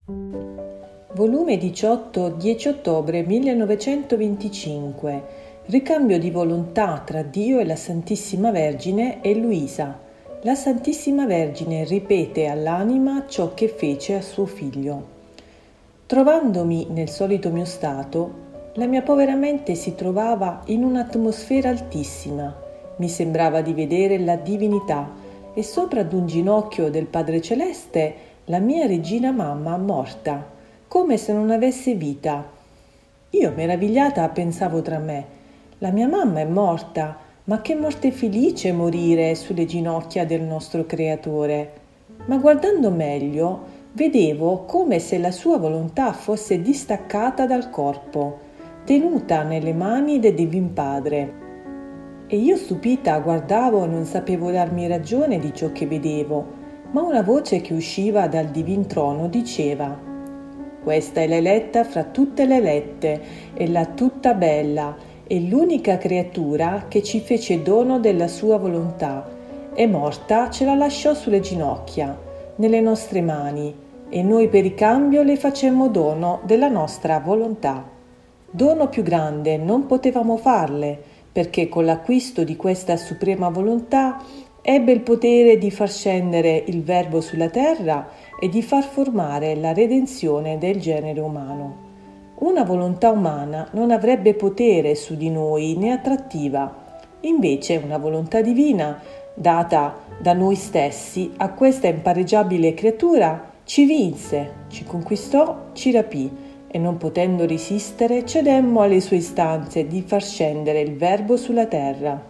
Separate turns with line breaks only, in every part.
Volume 18, 10 ottobre 1925. Ricambio di volontà tra Dio e la Santissima Vergine e Luisa. La Santissima Vergine ripete all'anima ciò che fece a suo figlio. Trovandomi nel solito mio stato, la mia povera mente si trovava in un'atmosfera altissima. Mi sembrava di vedere la divinità e sopra ad un ginocchio del Padre Celeste la mia regina mamma morta, come se non avesse vita. Io, meravigliata, pensavo tra me: la mia mamma è morta, ma che morte felice morire sulle ginocchia del nostro Creatore. Ma guardando meglio, vedevo come se la sua volontà fosse distaccata dal corpo, tenuta nelle mani del Divin Padre. E io stupita guardavo e non sapevo darmi ragione di ciò che vedevo, ma una voce che usciva dal Divin Trono diceva: «Questa è l'eletta fra tutte le elette, è la tutta bella, è l'unica creatura che ci fece dono della sua volontà, e morta ce la lasciò sulle ginocchia, nelle nostre mani, e noi per ricambio le facemmo dono della nostra volontà. Dono più grande non potevamo farle, perché con l'acquisto di questa suprema volontà ebbe il potere di far scendere il Verbo sulla terra e di far formare la redenzione del genere umano. Una volontà umana non avrebbe potere su di noi né attrattiva, invece una volontà divina, data da noi stessi a questa impareggiabile creatura, ci vinse, ci conquistò, ci rapì, e non potendo resistere cedemmo alle sue istanze di far scendere il Verbo sulla terra.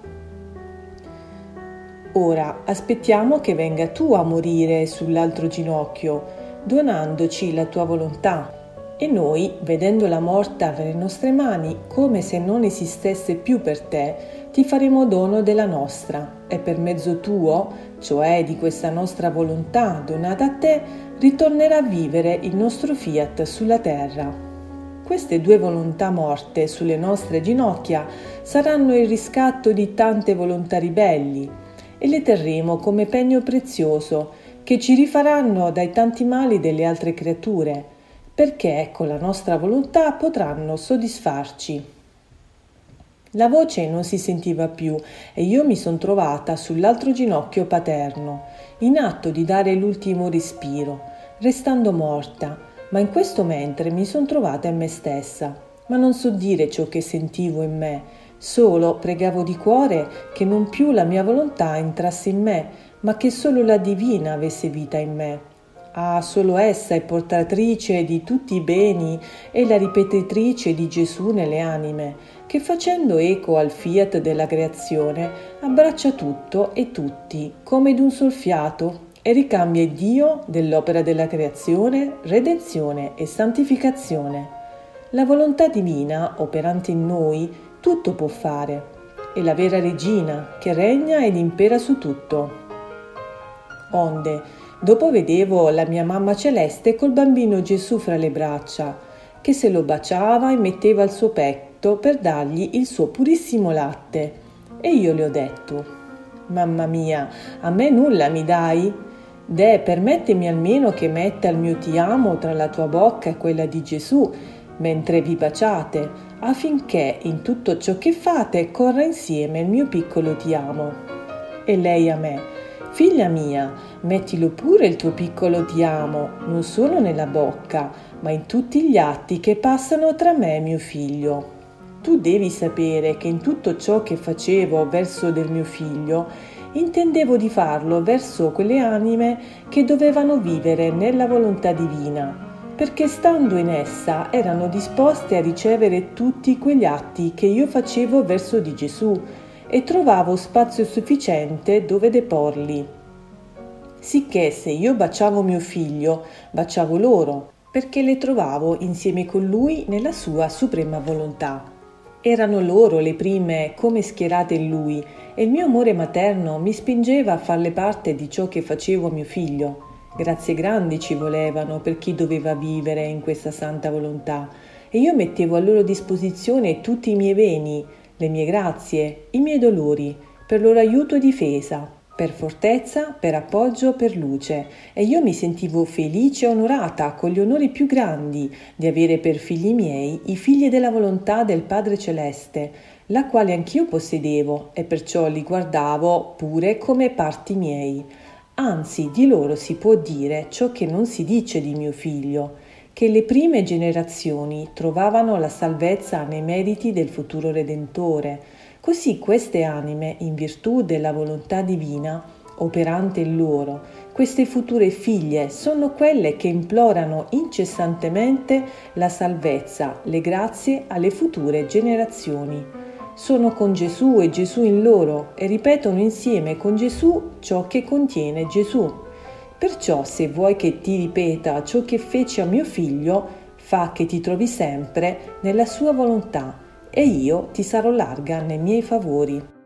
Ora aspettiamo che venga tu a morire sull'altro ginocchio, donandoci la tua volontà, e noi, vedendola morta nelle nostre mani, come se non esistesse più per te, ti faremo dono della nostra, e per mezzo tuo, cioè di questa nostra volontà donata a te, ritornerà a vivere il nostro fiat sulla terra. Queste due volontà morte sulle nostre ginocchia saranno il riscatto di tante volontà ribelli, e le terremo come pegno prezioso che ci rifaranno dai tanti mali delle altre creature, perché con la nostra volontà potranno soddisfarci. La voce non si sentiva più e io mi son trovata sull'altro ginocchio paterno, in atto di dare l'ultimo respiro, restando morta, ma in questo mentre mi son trovata in me stessa, ma non so dire ciò che sentivo in me, solo pregavo di cuore che non più la mia volontà entrasse in me, ma che solo la divina avesse vita in me. Ah, solo essa è portatrice di tutti i beni e la ripetitrice di Gesù nelle anime, che facendo eco al fiat della creazione abbraccia tutto e tutti come d'un sol fiato e ricambia Dio dell'opera della creazione, redenzione e santificazione. La volontà divina, operante in noi, tutto può fare, è la vera regina che regna ed impera su tutto. Onde, dopo vedevo la mia mamma celeste col bambino Gesù fra le braccia, che se lo baciava e metteva al suo petto per dargli il suo purissimo latte. E io le ho detto: «Mamma mia, a me nulla mi dai? Permettimi almeno che metta il mio ti amo tra la tua bocca e quella di Gesù, mentre vi baciate, affinché in tutto ciò che fate corra insieme il mio piccolo ti amo». E lei a me: «Figlia mia, mettilo pure il tuo piccolo ti amo, non solo nella bocca, ma in tutti gli atti che passano tra me e mio figlio. Tu devi sapere che in tutto ciò che facevo verso del mio figlio, intendevo di farlo verso quelle anime che dovevano vivere nella volontà divina, perché stando in essa erano disposte a ricevere tutti quegli atti che io facevo verso di Gesù, e trovavo spazio sufficiente dove deporli. Sicché se io baciavo mio figlio, baciavo loro, perché le trovavo insieme con lui nella sua suprema volontà. Erano loro le prime come schierate in lui, e il mio amore materno mi spingeva a farle parte di ciò che facevo a mio figlio. Grazie grandi ci volevano per chi doveva vivere in questa santa volontà, e io mettevo a loro disposizione tutti i miei beni, le mie grazie, i miei dolori, per loro aiuto e difesa. per fortezza, per appoggio, per luce, e io mi sentivo felice e onorata con gli onori più grandi di avere per figli miei i figli della volontà del Padre Celeste, la quale anch'io possedevo e perciò li guardavo pure come parti miei. Anzi, di loro si può dire ciò che non si dice di mio figlio, che le prime generazioni trovavano la salvezza nei meriti del futuro Redentore. Così queste anime, in virtù della volontà divina operante in loro, queste future figlie sono quelle che implorano incessantemente la salvezza, le grazie alle future generazioni. Sono con Gesù e Gesù in loro e ripetono insieme con Gesù ciò che contiene Gesù. Perciò, se vuoi che ti ripeta ciò che feci a mio figlio, fa che ti trovi sempre nella sua volontà e io ti sarò larga nei miei favori.